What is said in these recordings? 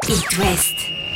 It West.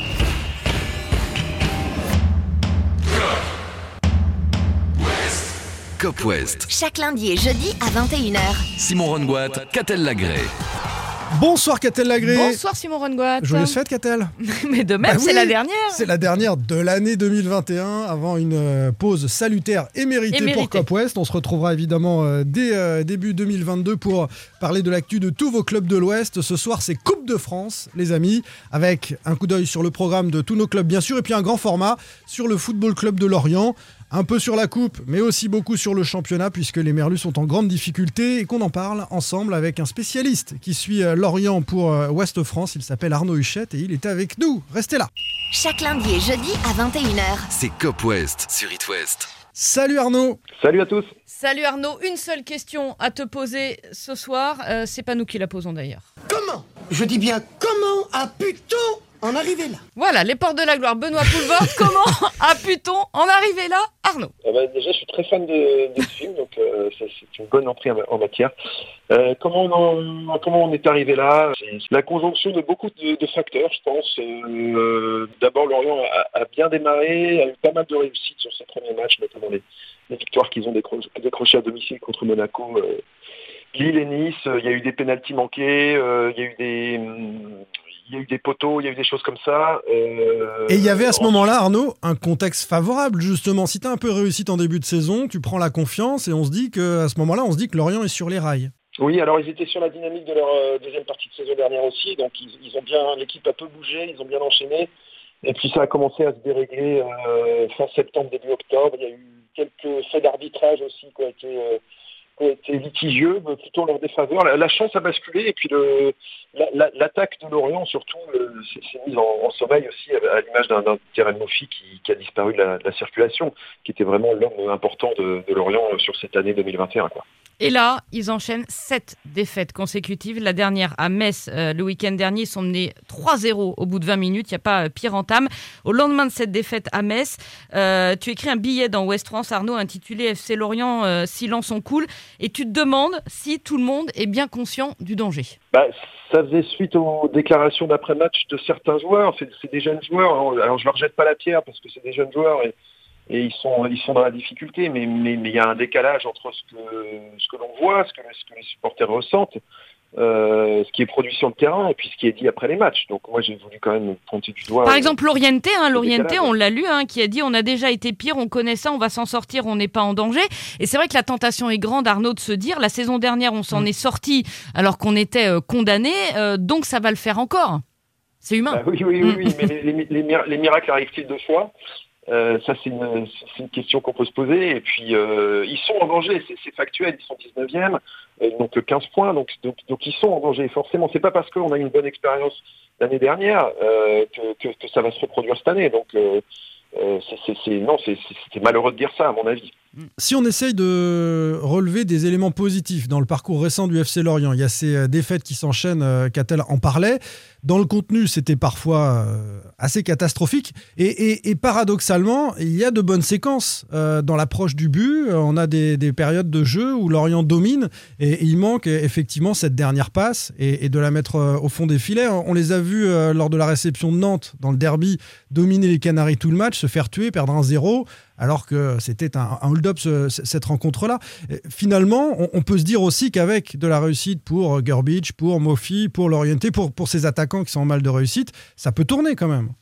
Cop West. Chaque lundi et jeudi à 21h. Simon Rongoat, Catel Lagré. Bonsoir Catel Lagré. Bonsoir Simon Rongoat. Joyeuse fête Catel. Mais de même, c'est la dernière. C'est la dernière de l'année 2021 avant une pause salutaire et méritée pour Cop West. On se retrouvera évidemment dès début 2022 pour parler de l'actu de tous vos clubs de l'Ouest. Ce soir, c'est Coupe de France, les amis, avec un coup d'œil sur le programme de tous nos clubs bien sûr et puis un grand format sur le Football Club de Lorient. Un peu sur la coupe, mais aussi beaucoup sur le championnat, puisque les Merlus sont en grande difficulté et qu'on en parle ensemble avec un spécialiste qui suit Lorient pour Ouest France. Il s'appelle Arnaud Huchette et il était avec nous. Restez là. Chaque lundi et jeudi à 21h. C'est Cop West sur It West. Salut Arnaud. Salut à tous. Salut Arnaud, une seule question à te poser ce soir. C'est pas nous qui la posons d'ailleurs. Comment ? Je dis bien comment a pu-t-on en arriver là ? Voilà, les portes de la gloire. Benoît Poulvord, comment a pu-on en arriver là, Arnaud ? Déjà, je suis très fan de ce film, donc c'est une bonne entrée en matière. Comment on est arrivé là ? C'est la conjonction de beaucoup de facteurs, je pense. D'abord, Lorient a bien démarré, a eu pas mal de réussites sur ses premiers matchs, notamment les victoires qu'ils ont décrochées à domicile contre Monaco, Lille et Nice. Il y a eu des pénaltys manqués, il y a eu des poteaux, il y a eu des choses comme ça. Et il y avait à ce moment-là, Arnaud, un contexte favorable, justement. Si tu as un peu réussi en début de saison, tu prends la confiance et on se dit qu'à ce moment-là, Lorient est sur les rails. Oui, alors ils étaient sur la dynamique de leur deuxième partie de saison dernière aussi, donc ils ont bien, l'équipe a peu bougé, ils ont bien enchaîné. Et puis ça a commencé à se dérégler fin septembre, début octobre. Il y a eu quelques faits d'arbitrage aussi qui ont été litigieux, mais plutôt en leur défaveur. La chance a basculé et puis l'attaque de Lorient surtout s'est mise en sommeil aussi à l'image d'un Terem Moffi qui a disparu de la circulation, qui était vraiment l'homme important de Lorient sur cette année 2021, quoi. Et là, ils enchaînent 7 défaites consécutives. La dernière à Metz, le week-end dernier, ils sont menés 3-0 au bout de 20 minutes. Il n'y a pas pire entame. Au lendemain de cette défaite à Metz, tu écris un billet dans Ouest France, Arnaud, intitulé FC Lorient, silence on coule. Et tu te demandes si tout le monde est bien conscient du danger. Ça faisait suite aux déclarations d'après-match de certains joueurs. C'est des jeunes joueurs. Alors je leur jette pas la pierre parce que c'est des jeunes joueurs et ils sont dans la difficulté, mais il y a un décalage entre ce que l'on voit, ce que les supporters ressentent, ce qui est produit sur le terrain et puis ce qui est dit après les matchs. Donc moi j'ai voulu quand même pointer du doigt. Par exemple Lorienté, on l'a lu, qui a dit on a déjà été pire, on connaît ça, on va s'en sortir, on n'est pas en danger. Et c'est vrai que la tentation est grande, Arnaud, de se dire la saison dernière on s'en est sorti alors qu'on était condamné, donc ça va le faire encore. C'est humain. Oui, mais les miracles arrivent-ils deux fois ? Ça c'est une question qu'on peut se poser et puis ils sont en danger, c'est factuel, ils sont 19e, donc 15 points, donc ils sont en danger forcément. C'est pas parce qu'on a une bonne expérience l'année dernière que ça va se reproduire cette année, donc c'était malheureux de dire ça à mon avis. Si on essaye de relever des éléments positifs dans le parcours récent du FC Lorient, il y a ces défaites qui s'enchaînent, Catel en parlait. Dans le contenu, c'était parfois assez catastrophique. Et paradoxalement, il y a de bonnes séquences dans l'approche du but. On a des périodes de jeu où Lorient domine et il manque effectivement cette dernière passe et de la mettre au fond des filets. On les a vus lors de la réception de Nantes dans le derby dominer les Canaries tout le match, se faire tuer, perdre 1-0. Alors que c'était un hold-up cette rencontre-là. Finalement, on peut se dire aussi qu'avec de la réussite pour Gurbidge, pour Moffi, pour Lorienté, pour ces attaquants qui sont en mal de réussite, ça peut tourner quand même.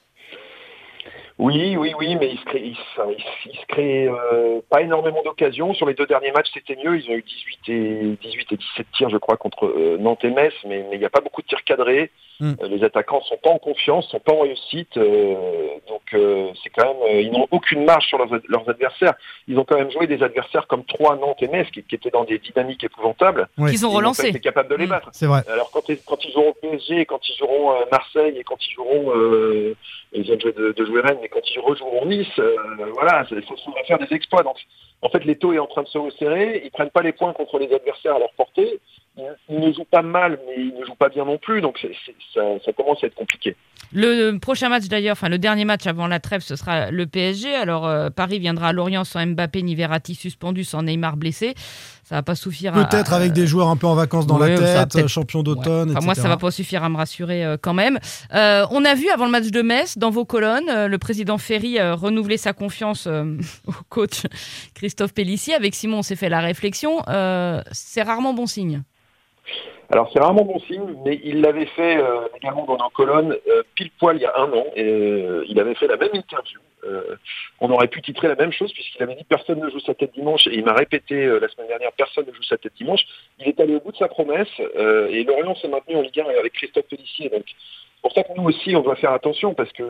Oui, mais il se crée pas énormément d'occasions. Sur les deux derniers matchs, c'était mieux. Ils ont eu 18 et 17 tirs, je crois, contre Nantes et Metz, mais il n'y a pas beaucoup de tirs cadrés. Les attaquants sont pas en confiance, sont pas en réussite, donc c'est quand même ils n'ont aucune marge sur leurs adversaires. Ils ont quand même joué des adversaires comme Troyes, Nantes et Metz qui étaient dans des dynamiques épouvantables. Qu'ils ont relancé. Ils ont pas été capables de les battre. C'est vrai. Alors quand ils joueront PSG, quand ils joueront Marseille et quand ils joueront ils viennent de jouer Rennes, mais quand ils rejoueront Nice, voilà, il faut faire des exploits. Donc en fait l'étau est en train de se resserrer. Ils prennent pas les points contre les adversaires à leur portée. Ils ne jouent pas mal, mais ils ne jouent pas bien non plus, donc ça commence à être compliqué. Le prochain match d'ailleurs, le dernier match avant la trêve, ce sera le PSG. Alors Paris viendra à Lorient sans Mbappé ni Verratti suspendu, sans Neymar blessé. Ça va pas suffire. Peut-être avec des joueurs un peu en vacances dans la tête, champion d'automne, etc. Moi, ça va pas suffire à me rassurer quand même. On a vu avant le match de Metz, dans vos colonnes, le président Ferry renouveler sa confiance au coach Christophe Pélissier. Avec Simon, on s'est fait la réflexion. C'est rarement bon signe. Alors c'est rarement bon signe, mais il l'avait fait également dans nos colonnes pile poil il y a 1 an. Il avait fait la même interview. On aurait pu titrer la même chose puisqu'il avait dit personne ne joue sa tête dimanche, et il m'a répété la semaine dernière personne ne joue sa tête dimanche. Il est allé au bout de sa promesse et Lorient s'est maintenu en Ligue 1 avec Christophe Pélissier. Donc c'est pour ça que nous aussi on doit faire attention parce que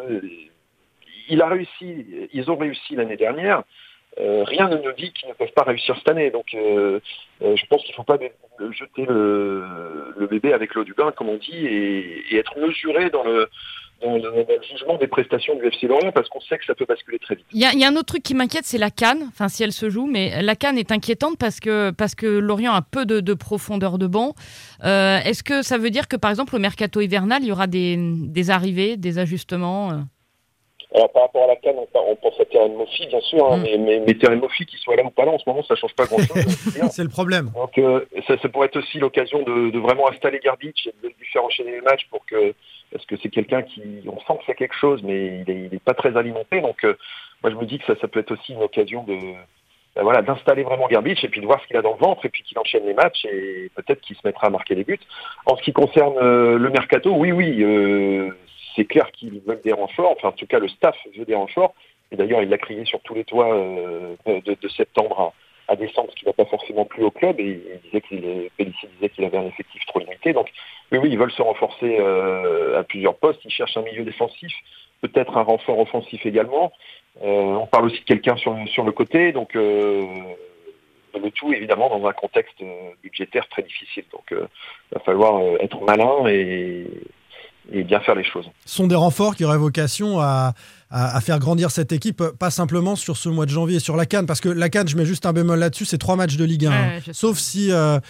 ils ont réussi l'année dernière. Rien ne nous dit qu'ils ne peuvent pas réussir cette année. Donc je pense qu'il ne faut pas jeter le bébé avec l'eau du bain, comme on dit, et être mesuré dans le jugement des prestations du FC Lorient, parce qu'on sait que ça peut basculer très vite. Il y a un autre truc qui m'inquiète, c'est la CAN, si elle se joue, mais la CAN est inquiétante parce que Lorient a peu de profondeur de banc. Est-ce que ça veut dire que, par exemple, au mercato hivernal, il y aura des arrivées, des ajustements Alors par rapport à la CAN, on pense à Terem Moffi, bien sûr, mais Terem Moffi, qu'il soit là ou pas là, en ce moment, ça change pas grand-chose. C'est le problème. Donc ça pourrait être aussi l'occasion de vraiment installer Garbic et de lui faire enchaîner les matchs parce que c'est quelqu'un on sent que c'est quelque chose, mais il est pas très alimenté. Donc moi je me dis que ça peut être aussi une occasion d'installer vraiment Garbic et puis de voir ce qu'il a dans le ventre et puis qu'il enchaîne les matchs et peut-être qu'il se mettra à marquer les buts. En ce qui concerne le mercato, oui. C'est clair qu'ils veulent des renforts, enfin en tout cas le staff veut des renforts, et d'ailleurs il l'a crié sur tous les toits de septembre à décembre, ce qui ne va pas forcément plus au club, et Pélissier disait qu'il avait un effectif trop limité, donc oui, ils veulent se renforcer à plusieurs postes, ils cherchent un milieu défensif, peut-être un renfort offensif également, on parle aussi de quelqu'un sur le côté, donc le tout évidemment dans un contexte budgétaire très difficile, donc il va falloir être malin et bien faire les choses. Ce sont des renforts qui auraient vocation à faire grandir cette équipe, pas simplement sur ce mois de janvier, sur la CAN, parce que la CAN, je mets juste un bémol là-dessus, c'est 3 matchs de Ligue 1, sauf si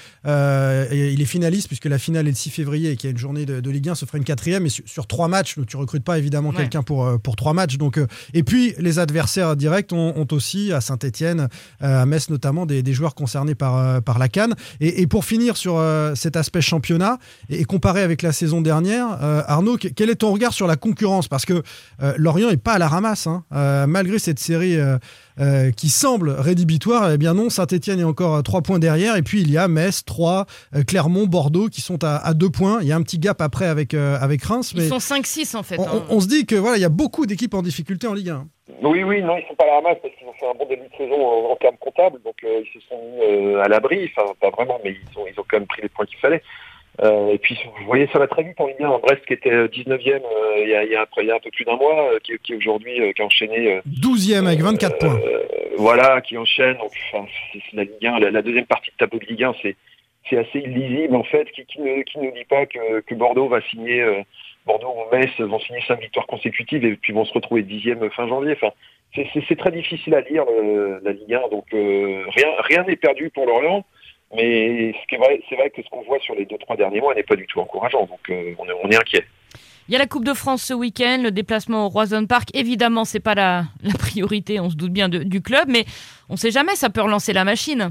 il est finaliste, puisque la finale est le 6 février et qu'il y a une journée de Ligue 1, ce ferait une 4e, et sur 3 matchs, tu recrutes pas évidemment quelqu'un pour 3 matchs, donc, et puis les adversaires directs ont aussi, à Saint-Etienne, à Metz notamment, des joueurs concernés par la CAN, et pour finir sur cet aspect championnat, et comparé avec la saison dernière, Arnaud, quel est ton regard sur la concurrence, parce que Lorient est pas à la ramasse, malgré cette série qui semble rédhibitoire. Eh bien non, Saint-Etienne est encore 3 points derrière, et puis il y a Metz, Troyes, Clermont, Bordeaux qui sont à 2 points. Il y a un petit gap après avec Reims. Ils sont 5-6 en fait. On se dit que il y a beaucoup d'équipes en difficulté en Ligue 1. Oui, non, ils sont pas à la ramasse parce qu'ils ont fait un bon début de saison en termes comptables, donc ils se sont mis à l'abri, enfin pas vraiment, mais ils ont quand même pris les points qu'il fallait. Et puis, vous voyez, ça va très vite en Ligue 1. Brest qui était 19e il y a un peu plus d'un mois, qui aujourd'hui qui a enchaîné 12e avec 24 points. Voilà, qui enchaîne. Donc, c'est la Ligue 1, la deuxième partie de tableau de Ligue 1, c'est assez illisible en fait. Qui ne dit pas que Bordeaux va signer, Bordeaux ou Metz vont signer 5 victoires consécutives et puis vont se retrouver 10e fin janvier. Enfin, c'est très difficile à lire la Ligue 1. Donc rien n'est perdu pour Lorient. Mais c'est vrai que ce qu'on voit sur les 2-3 derniers mois n'est pas du tout encourageant, donc on est inquiet. Il y a la Coupe de France ce week-end, le déplacement au Roison Park. Évidemment, c'est pas la priorité, on se doute bien du club, mais on ne sait jamais, ça peut relancer la machine.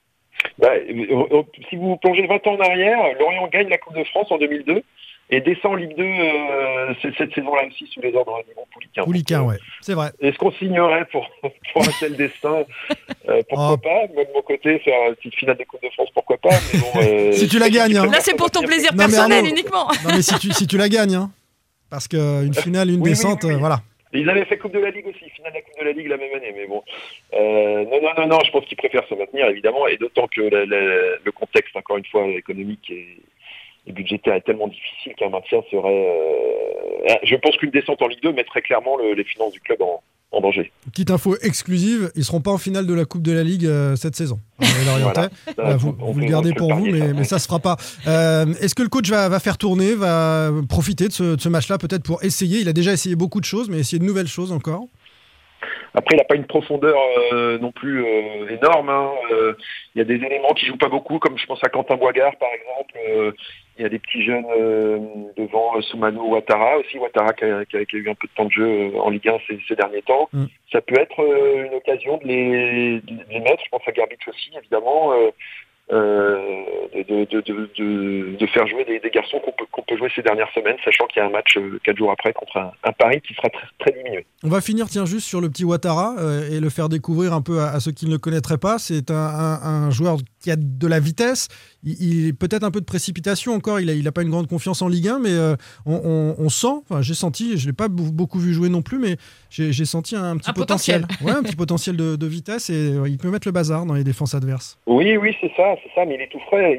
Si vous plongez 20 ans en arrière, Lorient gagne la Coupe de France en 2002 et descend en Ligue 2 cette saison-là aussi sous les ordres d'Yvon Pouliquin. Pouliquin, ouais, c'est vrai. Est-ce qu'on signerait pour un tel destin pourquoi pas. Moi de mon côté, faire une petite finale de Coupe de France, pourquoi pas. Mais bon, si tu la gagnes. Là, c'est pour ton plaisir personnel uniquement. Non, mais si tu la gagnes, parce qu'une finale, une descente, voilà. Ils avaient fait Coupe de la Ligue aussi, finale de la Coupe de la Ligue la même année, mais bon. Non, je pense qu'ils préfèrent se maintenir, évidemment, et d'autant que le contexte, encore une fois, économique et budgétaire est tellement difficile qu'un maintien serait... Je pense qu'une descente en Ligue 2 mettrait clairement les finances du club en danger. Petite info exclusive, ils ne seront pas en finale de la Coupe de la Ligue cette saison. Voilà. Vous le gardez pour vous, mais ça ne se fera pas. Est-ce que le coach va faire tourner, va profiter de ce match-là, peut-être pour essayer? Il a déjà essayé beaucoup de choses, mais essayer de nouvelles choses encore. Après, il n'a pas une profondeur non plus énorme. Il y a des éléments qui jouent pas beaucoup, comme je pense à Quentin Boigard, par exemple. Il y a des petits jeunes devant Soumano Ouattara aussi. Ouattara qui a eu un peu de temps de jeu en Ligue 1 ces derniers temps. Ça peut être une occasion de les mettre. Je pense à Garbitz aussi, évidemment. De faire jouer des garçons qu'on peut jouer ces dernières semaines, sachant qu'il y a un match 4 jours après contre un Paris qui sera très, très diminué. On va finir juste sur le petit Ouattara et le faire découvrir un peu à ceux qui ne le connaîtraient pas. C'est un joueur qui a de la vitesse, il peut-être un peu de précipitation encore, il n'a pas une grande confiance en Ligue 1, mais on sent, j'ai senti, je ne l'ai pas beaucoup vu jouer non plus, mais j'ai senti un petit potentiel. Ouais, un petit potentiel de vitesse, et il peut mettre le bazar dans les défenses adverses. Oui, c'est ça, mais il est tout frais.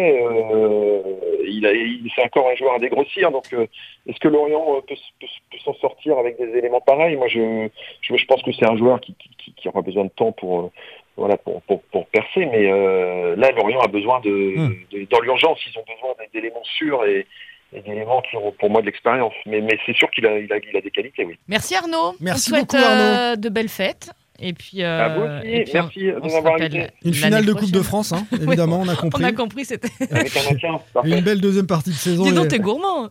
C'est encore un joueur à dégrossir, donc est-ce que Lorient peut s'en sortir avec des éléments pareils? Moi, je pense que c'est un joueur qui aura besoin de temps pour percer, mais là, Lorient a besoin dans l'urgence, ils ont besoin d'éléments sûrs et d'éléments qui ont pour moi de l'expérience. Mais c'est sûr qu'il a des qualités, oui. Merci Arnaud. Merci on souhaite beaucoup Arnaud. De belles fêtes. Et puis, à vous aussi, merci de m'avoir invité. Une finale de Coupe de France, évidemment, on a compris. On a compris, c'était. Avec un maintien, parfait. Une belle deuxième partie de saison. Dis donc, t'es gourmand.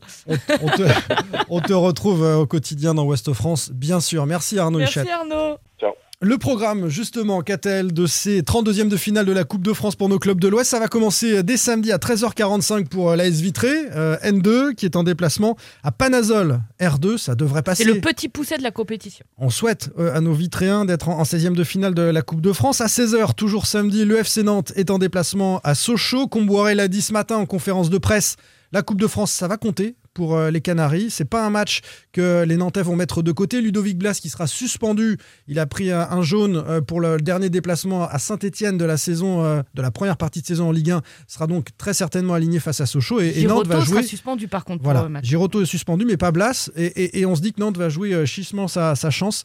On te retrouve au quotidien dans Ouest France, bien sûr. Merci Arnaud Huchette. Merci Arnaud. Ciao. Le programme, justement, Catel, de ces 32e de finale de la Coupe de France pour nos clubs de l'Ouest, ça va commencer dès samedi à 13h45 pour l'AS Vitré, N2, qui est en déplacement à Panazol, R2, ça devrait passer. C'est le petit pousset de la compétition. On souhaite à nos Vitréens d'être en 16e de finale de la Coupe de France. À 16h, toujours samedi, le FC Nantes est en déplacement à Sochaux. Comboiré l'a dit ce matin en conférence de presse, la Coupe de France, ça va compter pour les Canaries. C'est pas un match que les Nantais vont mettre de côté. Ludovic Blas qui sera suspendu. Il a pris un jaune pour le dernier déplacement à Saint-Etienne de la saison, de la première partie de saison en Ligue 1. Sera donc très certainement aligné face à Sochaux. Et Nantes va jouer. Sera suspendu par contre voilà, pour le match. Giroto est suspendu, mais pas Blas. Et on se dit que Nantes va jouer chichement sa chance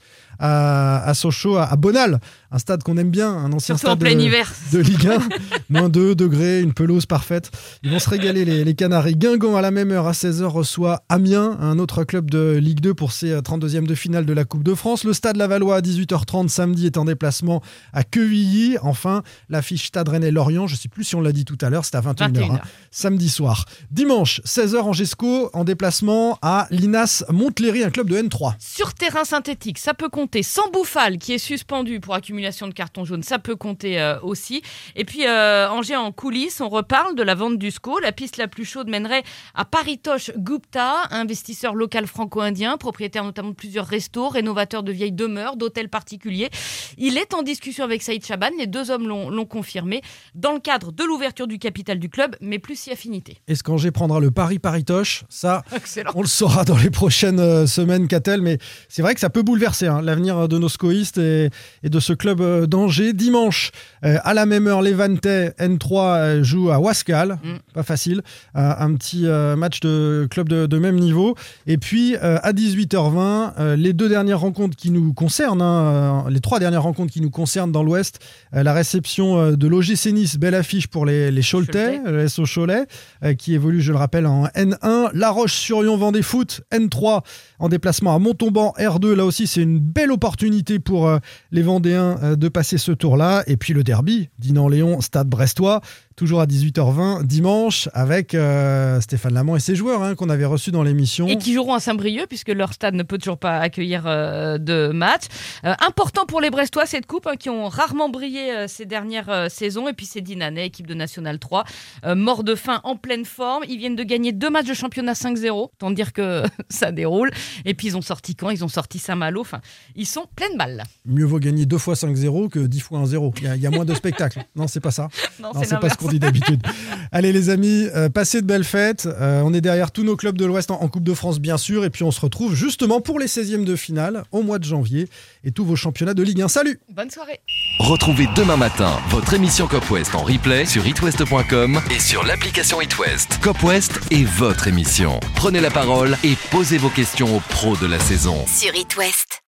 à Sochaux, à Bonal, un stade qu'on aime bien, un ancien surtout stade en plein hiver. de Ligue 1. Moins 2 degrés, une pelouse parfaite. Ils vont se régaler les Canaries. Guingamp à la même heure à 16h reçoit Amiens, un autre club de Ligue 2 pour ses 32e de finale de la Coupe de France. Le Stade Lavallois à 18h30 samedi est en déplacement à Quevilly. Enfin, l'affiche Stade Rennais-Lorient, je ne sais plus si on l'a dit tout à l'heure, c'est à 21h. Samedi soir. Dimanche, 16h Angesco en déplacement à l'Inas Montlhéry, un club de N3. Sur terrain synthétique, ça peut compter. Sans Bouffal qui est suspendu pour accumulation de cartons jaunes, ça peut compter aussi. Et puis Angers en coulisses, on reparle de la vente du SCO. La piste la plus chaude mènerait à Paritosh Gupta, investisseur local franco-indien, propriétaire notamment de plusieurs restos, rénovateur de vieilles demeures, d'hôtels particuliers. Il est en discussion avec Saïd Chaban, les deux hommes l'ont confirmé, dans le cadre de l'ouverture du capital du club, mais plus si affinité. Est-ce qu'Angers prendra le pari Paritosh? Ça, excellent. On le saura dans les prochaines semaines, Catel, mais c'est vrai que ça peut bouleverser l'avenir de nos scoïstes et de ce club d'Angers. Dimanche, à la même heure, les Vantais N3 jouent à Wascal, pas facile, un petit match de club de même niveau. Et puis à 18h20, les deux dernières rencontres qui nous concernent, les trois dernières rencontres qui nous concernent dans l'Ouest, la réception de l'OGC Nice, belle affiche pour les Choletais, le SO Cholet, qui évolue, je le rappelle, en N1. La Roche-sur-Yon Vendée Foot, N3, en déplacement à Montauban, R2. Là aussi, c'est une belle opportunité pour les Vendéens de passer ce tour-là. Et puis le derby, Dinan-Léon, Stade Brestois, toujours à 18h20 dimanche, avec Stéphane Lamont et ses joueurs qu'on avait reçus dans l'émission. Et qui joueront à Saint-Brieuc, puisque leur stade ne peut toujours pas accueillir de match. Important pour les Brestois, cette coupe, qui ont rarement brillé ces dernières saisons. Et puis c'est Dinanais, équipe de National 3, mort de faim, en pleine forme. Ils viennent de gagner 2 matchs de championnat 5-0, tant dire que ça déroule. Et puis ils ont sorti Caen, ils ont sorti Saint-Malo. Enfin, ils sont pleins de balles. Mieux vaut gagner 2 fois 5-0 que 10 fois 1-0. Il y a moins de spectacles. Non, c'est pas ça. Non, c'est pas ce qu'on dit d'habitude. Allez les amis, passez de belles fêtes. On est derrière tous nos clubs de l'Ouest en Coupe de France bien sûr. Et puis on se retrouve justement pour les 16e de finale au mois de janvier et tous vos championnats de Ligue 1. Salut! Bonne soirée! Retrouvez demain matin votre émission Cop West en replay sur itwest.com et sur l'application itwest. Cop West est votre émission. Prenez la parole et posez vos questions aux pros de la saison. Sur It West.